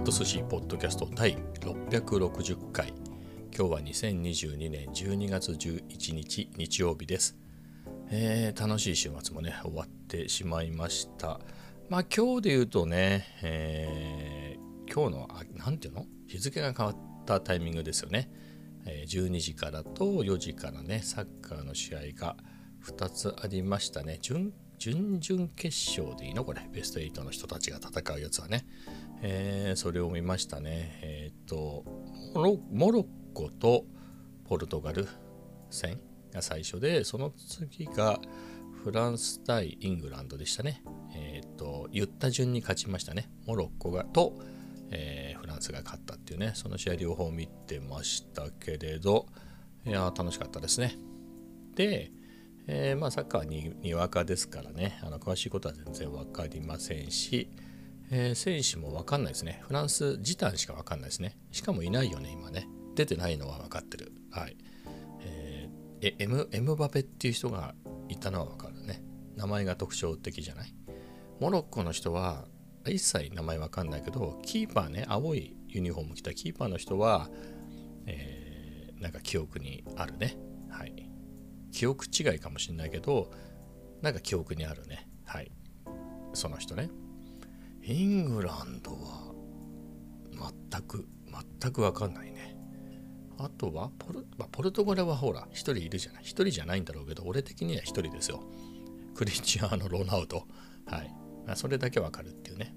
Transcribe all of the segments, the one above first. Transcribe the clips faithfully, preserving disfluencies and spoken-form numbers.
ト寿司ポッドキャスト第ろっぴゃくろくじゅっかい。今日はにせんにじゅうにねんじゅうにがつじゅういちにち日曜日です。えー、楽しい週末もね終わってしまいました。まあ今日で言うとね、えー、今日のあなんていうの日付が変わったタイミングですよね。えー、じゅうにじからとよじからねサッカーの試合がふたつありましたね。準準々決勝でいいのこれ、ベストはちの人たちが戦うやつはね、えー、それを見ましたね。えっ、ー、とモロ、モロッコとポルトガル戦が最初で、その次がフランス対イングランドでしたね。えっ、ー、と言った順に勝ちましたね。モロッコがと、えー、フランスが勝ったっていうね、その試合両方見てましたけれど、いや楽しかったですね。でえー、まあサッカーは に, にわかですからね、あの詳しいことは全然分かりませんし、えー、選手も分かんないですね。フランス自体しか分かんないですね。しかもいないよね今ね。出てないのは分かってる。はい。えー、エムエムバペっていう人がいたのは分かるね。名前が特徴的じゃない。モロッコの人は一切名前分かんないけど、キーパーね、青いユニフォーム着たキーパーの人は、えー、なんか記憶にあるね。はい。記憶違いかもしれないけど、なんか記憶にあるね。はい。その人ね。イングランドは全く全く分かんないね。あとはポル、まあ、ポルトガルはほら一人いるじゃない。一人じゃないんだろうけど、俺的には一人ですよ。クリスチアーノ・ロナウド。はい。それだけ分かるっていうね。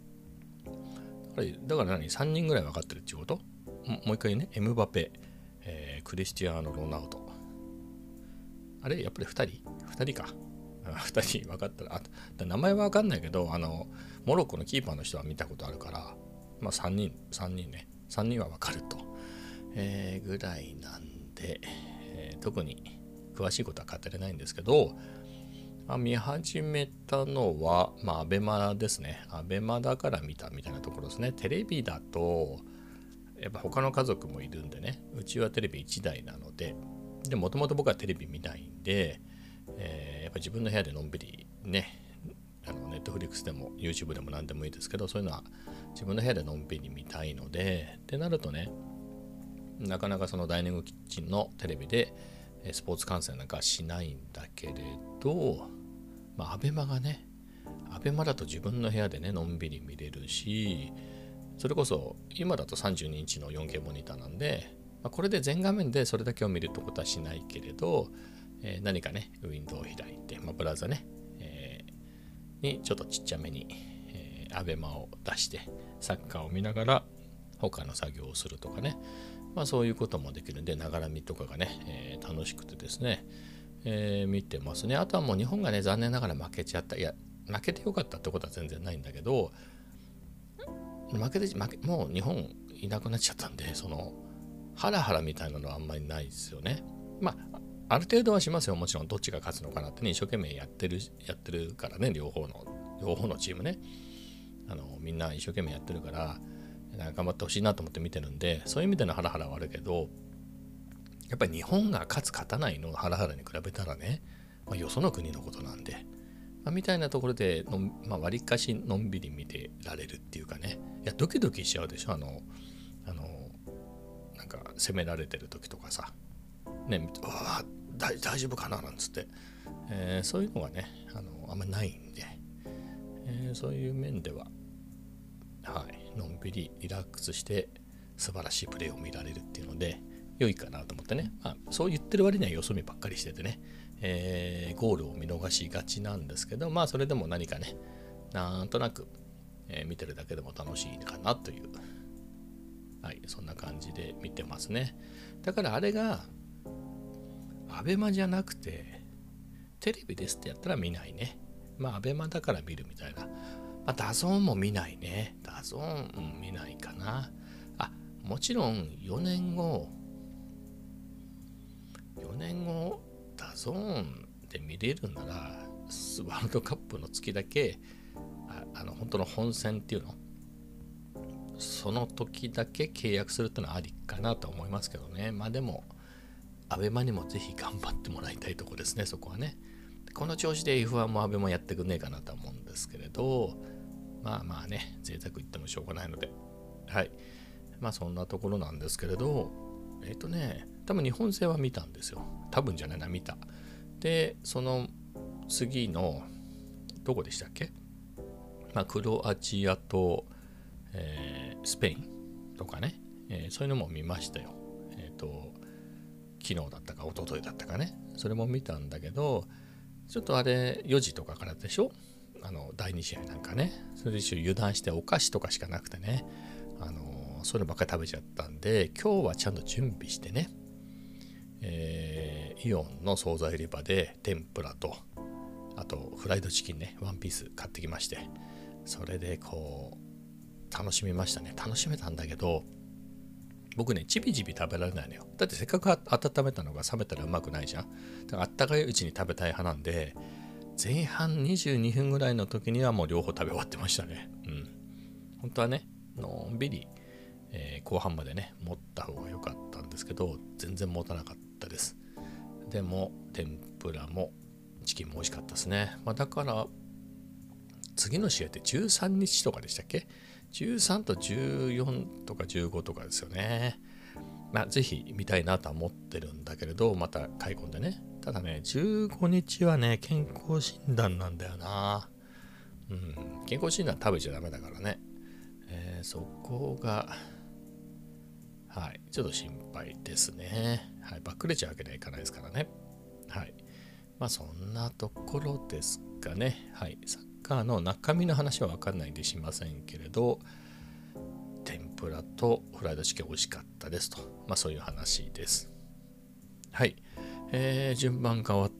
だから何 ?さん 人ぐらい分かってるっていうこと？もう一回ね。エムバペ、えー、クリスチアーノ・ロナウド。あれやっぱりふたり ?ふたりか。ふたり分かったら、あ名前は分かんないけど、あの、モロッコのキーパーの人は見たことあるから、まあさんにん、さんにんね。さんにんは分かると。えー、ぐらいなんで、えー、特に詳しいことは語れないんですけど、まあ、見始めたのは、まあ、アベマですね。アベマだから見たみたいなところですね。テレビだと、やっぱ他の家族もいるんでね、うちはテレビいちだいなので、でもともと僕はテレビ見ないんで、えー、やっぱり自分の部屋でのんびりね、あのネットフリックスでも YouTube でも何でもいいですけど、そういうのは自分の部屋でのんびり見たいので、ってなるとね、なかなかそのダイニングキッチンのテレビでスポーツ観戦なんかしないんだけれど、まあアベマがね、アベマだと自分の部屋でねのんびり見れるし、それこそ今だとさんじゅうにインチの よんケー モニターなんで、まあ、これで全画面でそれだけを見るってことはしないけれど、えー、何かねウィンドウを開いて、まあ、ブラウザね、えー、にちょっとちっちゃめに、えー、アベマを出してサッカーを見ながら他の作業をするとかね、まあそういうこともできるんで、ながら見とかがね、えー、楽しくてですね、えー、見てますね。あとはもう日本がね残念ながら負けちゃった。いや負けてよかったってことは全然ないんだけど、負けて負けもう日本いなくなっちゃったんで、そのハラハラみたいなのはあんまりないですよね。まあある程度はしますよ。もちろんどっちが勝つのかなってね、一生懸命やってるやってるからね、両方の両方のチームね、あのみんな一生懸命やってるから頑張ってほしいなと思って見てるんで、そういう意味でのハラハラはあるけど、やっぱり日本が勝つ勝たないのハラハラに比べたらね、まあ、よその国のことなんで、まあ、みたいなところでの、まあ、割かしのんびり見てられるっていうかね、いやドキドキしちゃうでしょ。あのあのなんか攻められてる時とかさね、うわ大丈夫かななんつって、えー、そういうのがね あのあんまりないんで、えー、そういう面でははいのんびりリラックスして素晴らしいプレーを見られるっていうので良いかなと思ってね、まあ、そう言ってる割にはよそ見ばっかりしててね、えー、ゴールを見逃しがちなんですけど、まあそれでも何かねなんとなく、えー、見てるだけでも楽しいかなという、はい、そんな感じで見てますね。だからあれがアベマじゃなくてテレビですってやったら見ないね。まあアベマだから見るみたいな。まあダゾーンも見ないね。ダゾーン、うん、見ないかな。あ、もちろんよねんごよねんごダゾーンで見れるならワールドカップの月だけ あ, あの本当の本戦っていうのその時だけ契約するってのはありかなと思いますけどね。まあでもアベマにもぜひ頑張ってもらいたいところですね、そこはね。この調子で エフワン もアベマやってくんねえかなと思うんですけれど、まあまあね、贅沢言ってもしょうがないので、 はい。まあそんなところなんですけれど、えっ、とね、多分日本製は見たんですよ。多分じゃないな、見た。で、その次の、どこでしたっけ？まあ、クロアチアと、えースペインとかね、えーそういうのも見ましたよ。えっ、と、昨日だったか一昨日だったかね、それも見たんだけど、ちょっとあれよじとかからでしょ、あのだいに試合なんかね。それで一応油断してお菓子とかしかなくてね、あのそればっかり食べちゃったんで、今日はちゃんと準備してね、えーイオンの惣菜売り場で天ぷらと、あとフライドチキンね、ワンピース買ってきまして、それでこう楽しみましたね。楽しめたんだけど、僕ね、ちびちび食べられないのよ。だってせっかく温めたのが冷めたらうまくないじゃん。だからあったかいうちに食べたい派なんで、前半にじゅうにふんぐらいの時にはもう両方食べ終わってましたね。うん。本当はね、のんびり、えー後半までね、持った方が良かったんですけど、全然持たなかったです。でも、天ぷらもチキンも美味しかったですね。まあ、だから、次の試合ってじゅうさんにちとかでしたっけ？ じゅうさん とじゅうよんとかじゅうごとかですよね。まあ、ぜひ見たいなとは思ってるんだけれど、また買い込んでね。ただね、じゅうごにちはね、健康診断なんだよな。うん、健康診断食べちゃダメだからね。えーそこが、はい、ちょっと心配ですね。はい、ばっくれちゃうわけにはいかないですからね。はい。まあ、そんなところですかね。はい。サッカーの中身の話は分かんないんでしませんけれど、天ぷらとフライドチキン美味しかったですと。まあ、そういう話です。はい。えー順番変わって、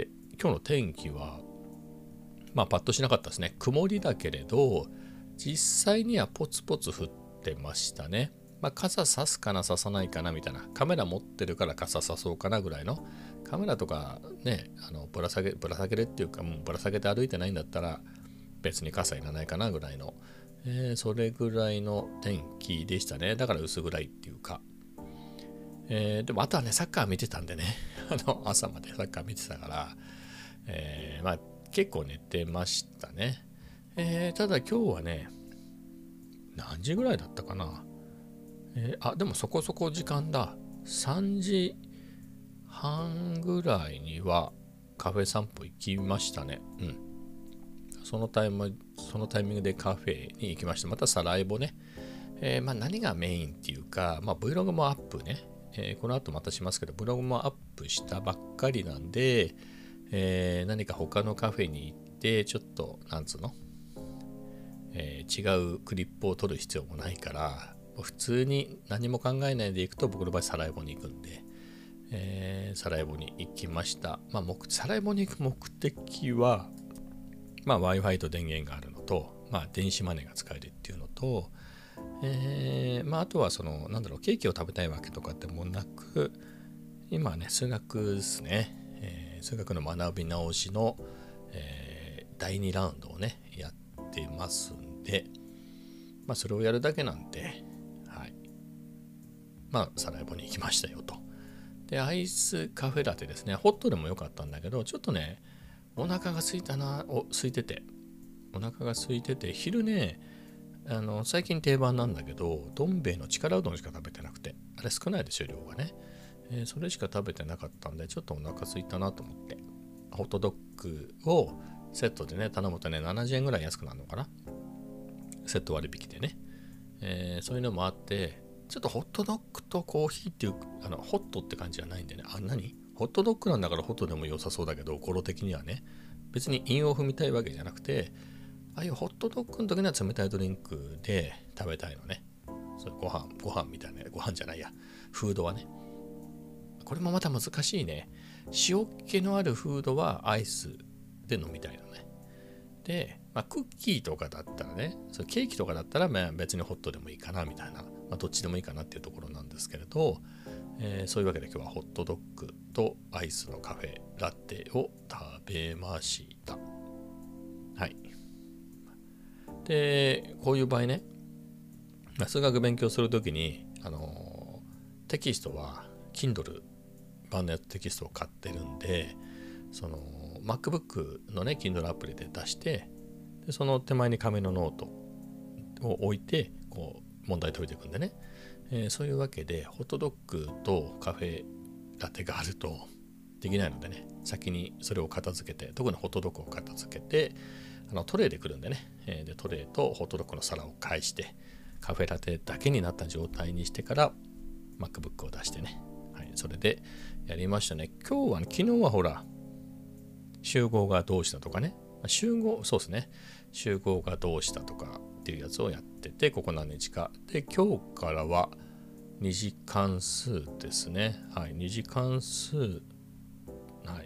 今日の天気は、まあ、パッとしなかったですね。曇りだけれど、実際にはポツポツ降ってましたね。まあ、傘さすかな、ささないかなみたいな。カメラ持ってるから傘さそうかなぐらいの。カメラとかね、あのぶら下げ、ぶら下げれっていうか、もうぶら下げて歩いてないんだったら、別に傘いらないかなぐらいの、えーそれぐらいの天気でしたね。だから薄暗いっていうか。えーでもあとはね、サッカー見てたんでね、あの朝までサッカー見てたから、えーまあ結構寝てましたね。えーただ今日はね、何時ぐらいだったかな。えーあ、でもそこそこ時間だ。さんじはんぐらいにはカフェ散歩行きましたね。うん。そのタイム、そのタイミングでカフェに行きました。またサライボね。えーまあ何がメインっていうか、まあ Vlog もアップね。えーこの後またしますけど、Vlog もアップしたばっかりなんで、えー何か他のカフェに行って、ちょっと、なんつうの、えー違うクリップを撮る必要もないから、普通に何も考えないで行くと、僕の場合サラエボに行くんで、えーサラエボに行きました。まあ、サラエボに行く目的は、まあ、Wi-Fi と電源があるのと、まあ、電子マネーが使えるっていうのと、えーまあ、あとはその、なんだろう、ケーキを食べたいわけとかでもなく、今はね、数学ですね。えー数学の学び直しの、えーだいにラウンドをね、やってますんで、まあ、それをやるだけなんで、はい。まあ、サラエボに行きましたよと。で、アイスカフェラテですね。ホットでもよかったんだけど、ちょっとね、お腹が空いたな、お、空いてて。お腹が空いてて、昼ね、あの、最近定番なんだけど、どん兵衛の力うどんしか食べてなくて、あれ少ないですよ、量がね。えーそれしか食べてなかったんで、ちょっとお腹空いたなと思って、ホットドッグをセットでね、頼むとね、ななじゅうえんぐらい安くなるのかな。セット割引でね。えーそういうのもあって、ちょっとホットドッグとコーヒーっていう、あの、ホットって感じじゃないんでね、あ、何ホットドッグなんだからホットでも良さそうだけど、語呂的にはね、別に韻を踏みたいわけじゃなくて、ああいうホットドッグの時には冷たいドリンクで食べたいのね。それご飯、ご飯みたいな、ご飯じゃないや、フードはね。これもまた難しいね。塩気のあるフードはアイスで飲みたいのね。で、まあ、クッキーとかだったらね、そケーキとかだったらまあ別にホットでもいいかなみたいな、まあ、どっちでもいいかなっていうところなんですけれど、えーそういうわけで今日はホットドッグとアイスのカフェラテを食べました。はい。で、こういう場合ね、まあ数学勉強するときに、あのーテキストは Kindle 版のやつテキストを買ってるんで、その MacBook のね Kindle アプリで出して、でその手前に紙のノートを置いて、こう問題解いていくんでね、えー、そういうわけでホットドッグとカフェラテがあるとできないのでね、先にそれを片付けて、特にホットドッグを片付けて、あのトレイで来るんでね、えー、でトレイとホットドッグの皿を返してカフェラテだけになった状態にしてから MacBook を出してね、はい、それでやりましたね。今日は、ね、昨日はほら集合がどうしたとかね、集合そうですね集合がどうしたとかっていうやつをやってて、ここ何日かで、今日からは二次関数ですね。はい、二次関数、はい、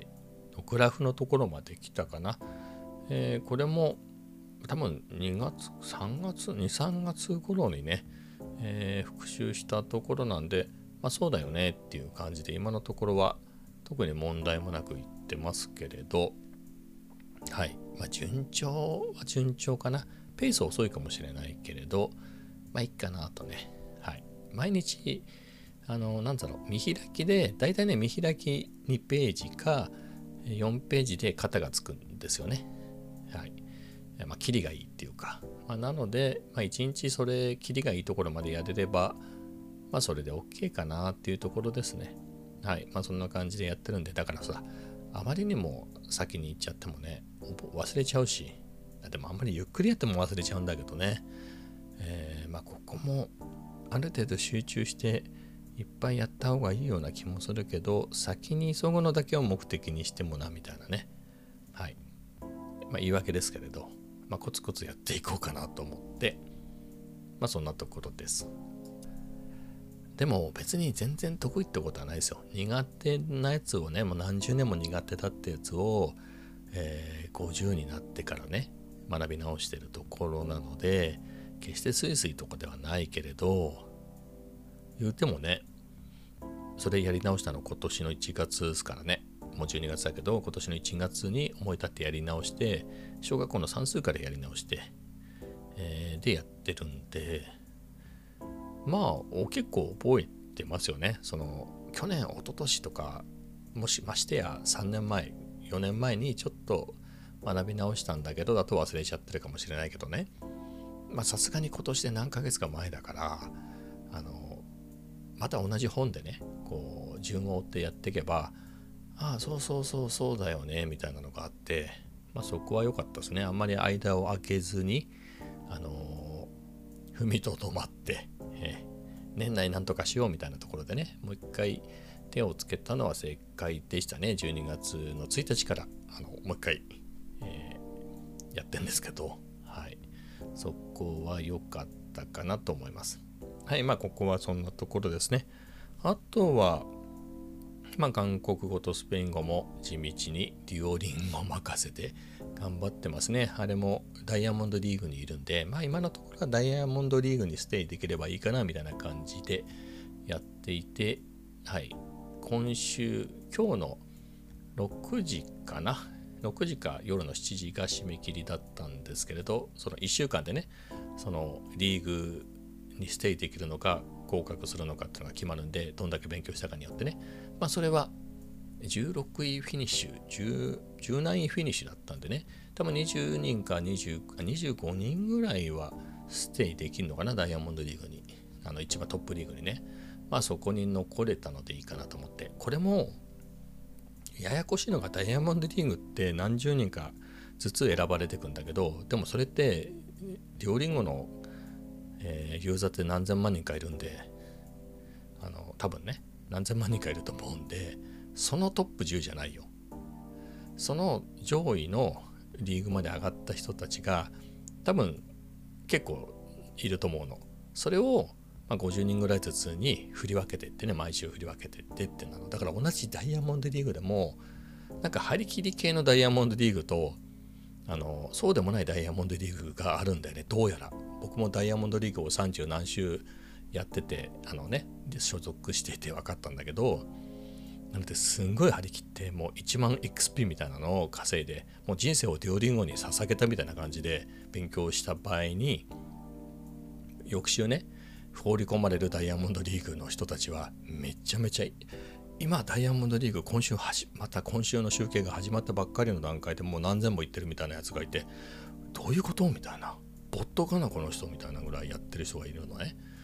グラフのところまで来たかな。えー、これも多分にがつさんがつにさんがつ頃にね、えー、復習したところなんで、まあそうだよねっていう感じで、今のところは特に問題もなくいってますけれど、はい、まあ順調は順調かな。ペース遅いかもしれないけれど、まあいいかなとね。はい、毎日あのなんだろう、見開きでだいたいね、見開きにページかよんページで型がつくんですよね。はい、まあキリがいいっていうか、まあ、なので、まあ、いちにちそれキリがいいところまでやれれば、まあそれで OK かなっていうところですね。はい、まあそんな感じでやってるんで、だからさ、あまりにも先に行っちゃってもね、忘れちゃうし、でもあんまりゆっくりやっても忘れちゃうんだけどね、えー、まあここもある程度集中していっぱいやった方がいいような気もするけど、先に急ぐのだけを目的にしてもなみたいなね。はい、まあ言い訳ですけれど、まあ、コツコツやっていこうかなと思って、まあそんなところです。でも別に全然得意ってことはないですよ。苦手なやつをね、もう何十年も苦手だってやつを、えー、ごじゅうになってからね学び直してるところなので、決してスイスイとかではないけれど、言うてもね、それやり直したの今年のいちがつですからね。もうじゅうにがつだけど、今年のいちがつに思い立ってやり直して、小学校の算数からやり直して、えー、でやってるんで、まあ結構覚えてますよね。その去年一昨年とか、もしましてやさんねんまえよねんまえにちょっと学び直したんだけどだと忘れちゃってるかもしれないけどね、まあさすがに今年で何ヶ月か前だから、あのまた同じ本でねこう順を追ってやっていけば、ああそうそうそうそうだよねみたいなのがあって、まあそこは良かったですね。あんまり間を空けずに、あのー、踏みとどまって、えー、年内なんとかしようみたいなところでね、もう一回手をつけたのは正解でしたね。じゅうにがつのついたちからあのもう一回、えー、やってんですけど、はい、そこは良かったかなと思います。はい、まあここはそんなところですね。あとはまあ韓国語とスペイン語も地道にデュオリンゴ任せて頑張ってますね。あれもダイヤモンドリーグにいるんで、まあ今のところはダイヤモンドリーグにステイできればいいかなみたいな感じでやっていて、はい、今週今日のろくじかな、ろくじか夜のしちじが締め切りだったんですけれど、そのいっしゅうかんでね、そのリーグにステイできるのか合格するのかっていうのが決まるんで、どんだけ勉強したかによってね、まあそれはじゅうろくいフィニッシュ、じゅう、じゅう何位フィニッシュだったんでね、多分にじゅうにんかにじゅう、にじゅうごにんぐらいはステイできるのかな、ダイヤモンドリーグに、あの一番トップリーグにね。まあそこに残れたのでいいかなと思って、これもややこしいのがダイヤモンドリーグって何十人かずつ選ばれていくんだけど、でもそれってデュオリンゴの、えー、ユーザーって何千万人かいるんで、あの多分ね何千万人かいると思うんで、そのトップじゅうじゃないよ。その上位のリーグまで上がった人たちが多分結構いると思うの。それをまあごじゅうにんぐらいずつに振り分けてってね、毎週振り分けてってってなの。だから同じダイヤモンドリーグでもなんか張り切り系のダイヤモンドリーグとあのそうでもないダイヤモンドリーグがあるんだよね。どうやら僕もダイヤモンドリーグをさんじゅう何週やってて、あのねで所属していて分かったんだけど、なのですんごい張り切ってもういちまんエックスピー みたいなのを稼いで、もう人生をデュオリンゴに捧げたみたいな感じで勉強した場合に、翌週ね放り込まれるダイヤモンドリーグの人たちはめちゃめちゃいい。今ダイヤモンドリーグ今週はじまた今週の集計が始まったばっかりの段階でもう何千もいってるみたいなやつがいて、どういうことみたいな、ボットかなこの人みたいなぐらいやってる人がいるのね。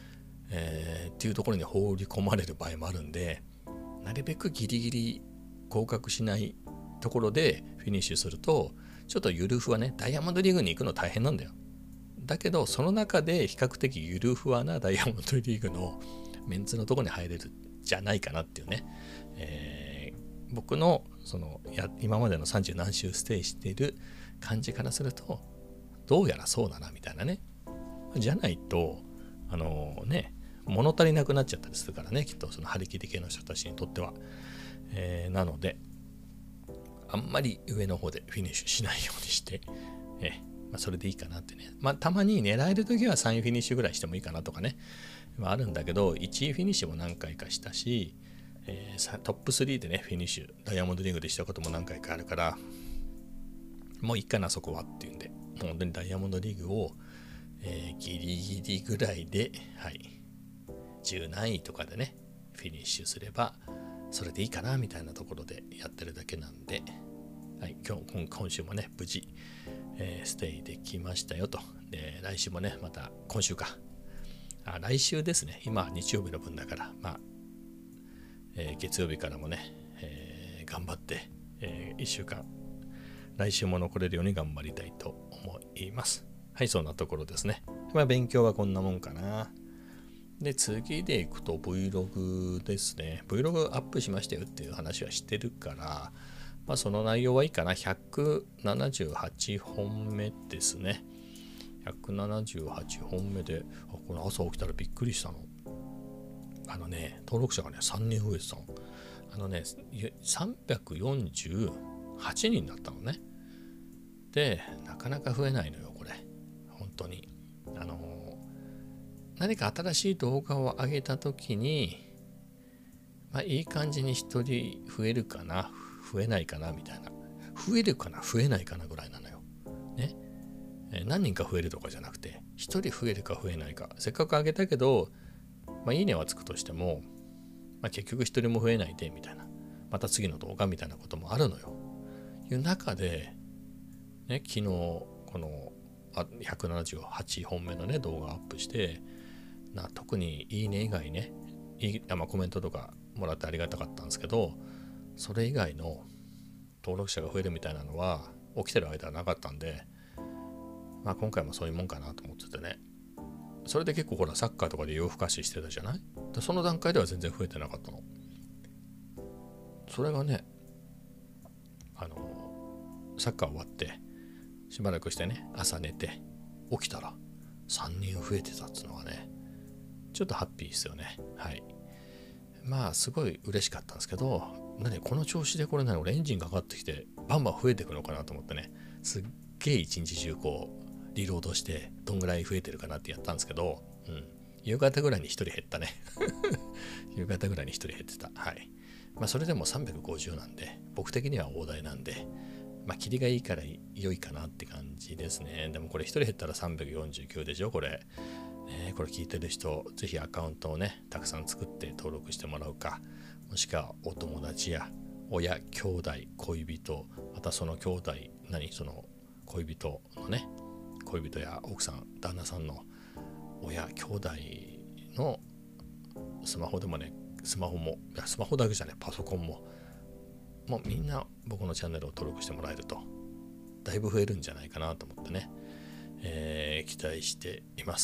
えー、っていうところに放り込まれる場合もあるんで、なるべくギリギリ合格しないところでフィニッシュすると、ちょっとゆるふわね、ダイヤモンドリーグに行くの大変なんだよ。だけどその中で比較的ゆるふわなダイヤモンドリーグのメンツのところに入れるじゃないかなっていうね、えー、僕のそのや今までのさんじゅう何週ステイしている感じからすると、どうやらそうだなみたいなね。じゃないとあのね、物足りなくなっちゃったりするからね、きっとその張り切り系の人たちにとっては、えー、なのであんまり上の方でフィニッシュしないようにして、えーまあ、それでいいかなってね。まあたまに狙えるときはさんいフィニッシュぐらいしてもいいかなとかね、まあ、あるんだけど、いちいフィニッシュも何回かしたし、えー、トップスリーでねフィニッシュダイヤモンドリーグでしたことも何回かあるから、もういいかなそこはっていうんで、もう本当にダイヤモンドリーグを、えー、ギリギリぐらいで、はい、じゅう何位とかでねフィニッシュすればそれでいいかなみたいなところでやってるだけなんで、はい、今日今週もね無事、えー、ステイできましたよと。で来週もねまた今週かあ来週ですね、今日曜日の分だから、まあ、えー、月曜日からもね、えー、頑張って、えー、いっしゅうかん来週も残れるように頑張りたいと思います。はい、そんなところですね。まあ勉強はこんなもんかな。で次でいくと Vlog ですね。 Vlog アップしましたよっていう話はしてるから、まあ、その内容はいいかな。ひゃくななじゅうはちほんめですね。ひゃくななじゅうはちほんめで、あこれ朝起きたらびっくりしたの。あのね登録者がねさんにん増えてたの。あのねさんびゃくよんじゅうはちにんだったのね。でなかなか増えないのよこれ本当に。あの何か新しい動画を上げた時に、まあ、いい感じにひとり増えるかな増えないかなみたいな、増えるかな増えないかなぐらいなのよ、ね、え何人か増えるとかじゃなくてひとり増えるか増えないか。せっかく上げたけど、まあ、いいねはつくとしても、まあ、結局ひとりも増えないでみたいな、また次の動画みたいなこともあるのよ。いう中で、ね、昨日このひゃくななじゅうはちほんめのね動画アップしてな、特にいいね以外ねいい、まあ、コメントとかもらってありがたかったんですけど、それ以外の登録者が増えるみたいなのは起きてる間はなかったんで、まあ今回もそういうもんかなと思っててね。それで結構ほらサッカーとかで夜更かししてたじゃない。その段階では全然増えてなかったの。それがねあのサッカー終わってしばらくしてね朝寝て起きたらさんにん増えてたっつうのはねちょっとハッピーですよね。はい。まあすごい嬉しかったんですけど、何この調子でこれ何俺エンジンかかってきてバンバン増えていくのかなと思ってね、すっげえ一日中こうリロードしてどんぐらい増えてるかなってやったんですけど、うん、夕方ぐらいにひとり減ったね夕方ぐらいにひとり減ってた。はい。まあそれでもさんびゃくごじゅうなんで僕的には大台なんで、まあ切りがいいから良いかなって感じですね。でもこれひとり減ったらさんびゃくよんじゅうきゅうでしょこれ。ね、これ聞いてる人ぜひアカウントをねたくさん作って登録してもらうか、もしくはお友達や親兄弟恋人、またその兄弟何その恋人のね恋人や奥さん旦那さんの親兄弟のスマホでもね、スマホもいやスマホだけじゃねパソコンももうみんな僕のチャンネルを登録してもらえるとだいぶ増えるんじゃないかなと思ってね、えー、期待しています。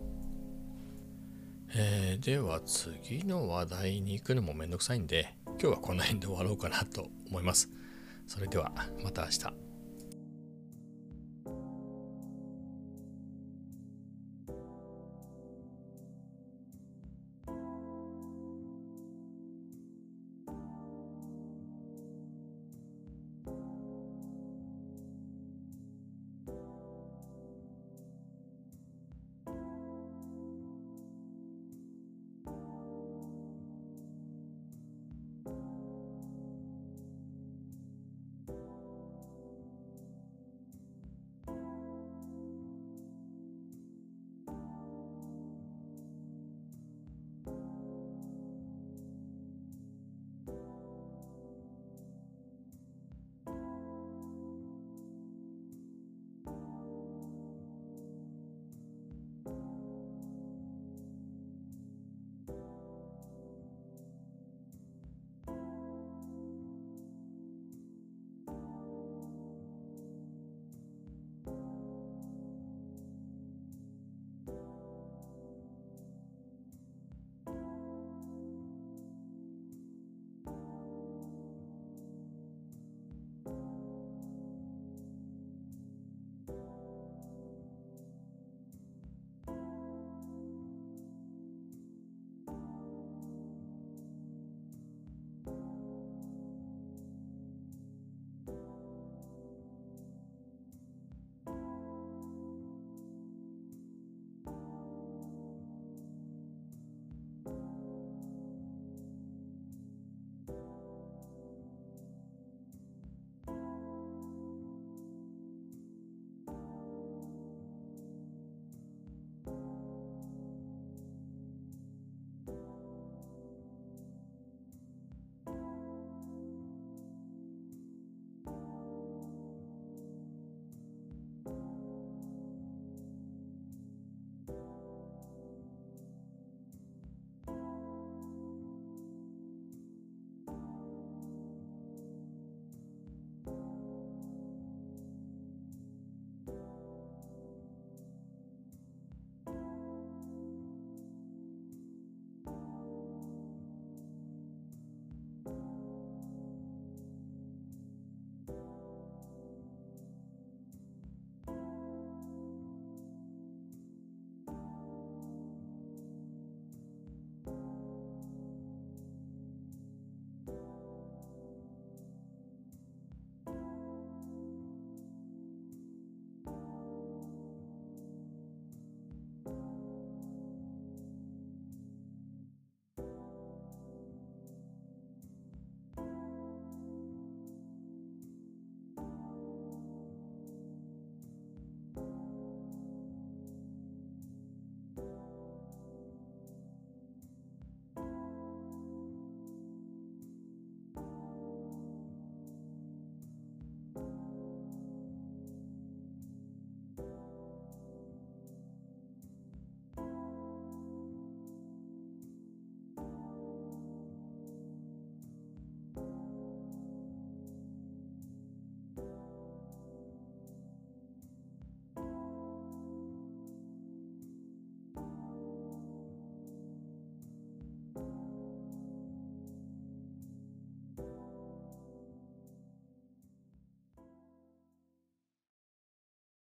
えー、では次の話題に行くのもめんどくさいんで今日はこの辺で終わろうかなと思います。それではまた明日。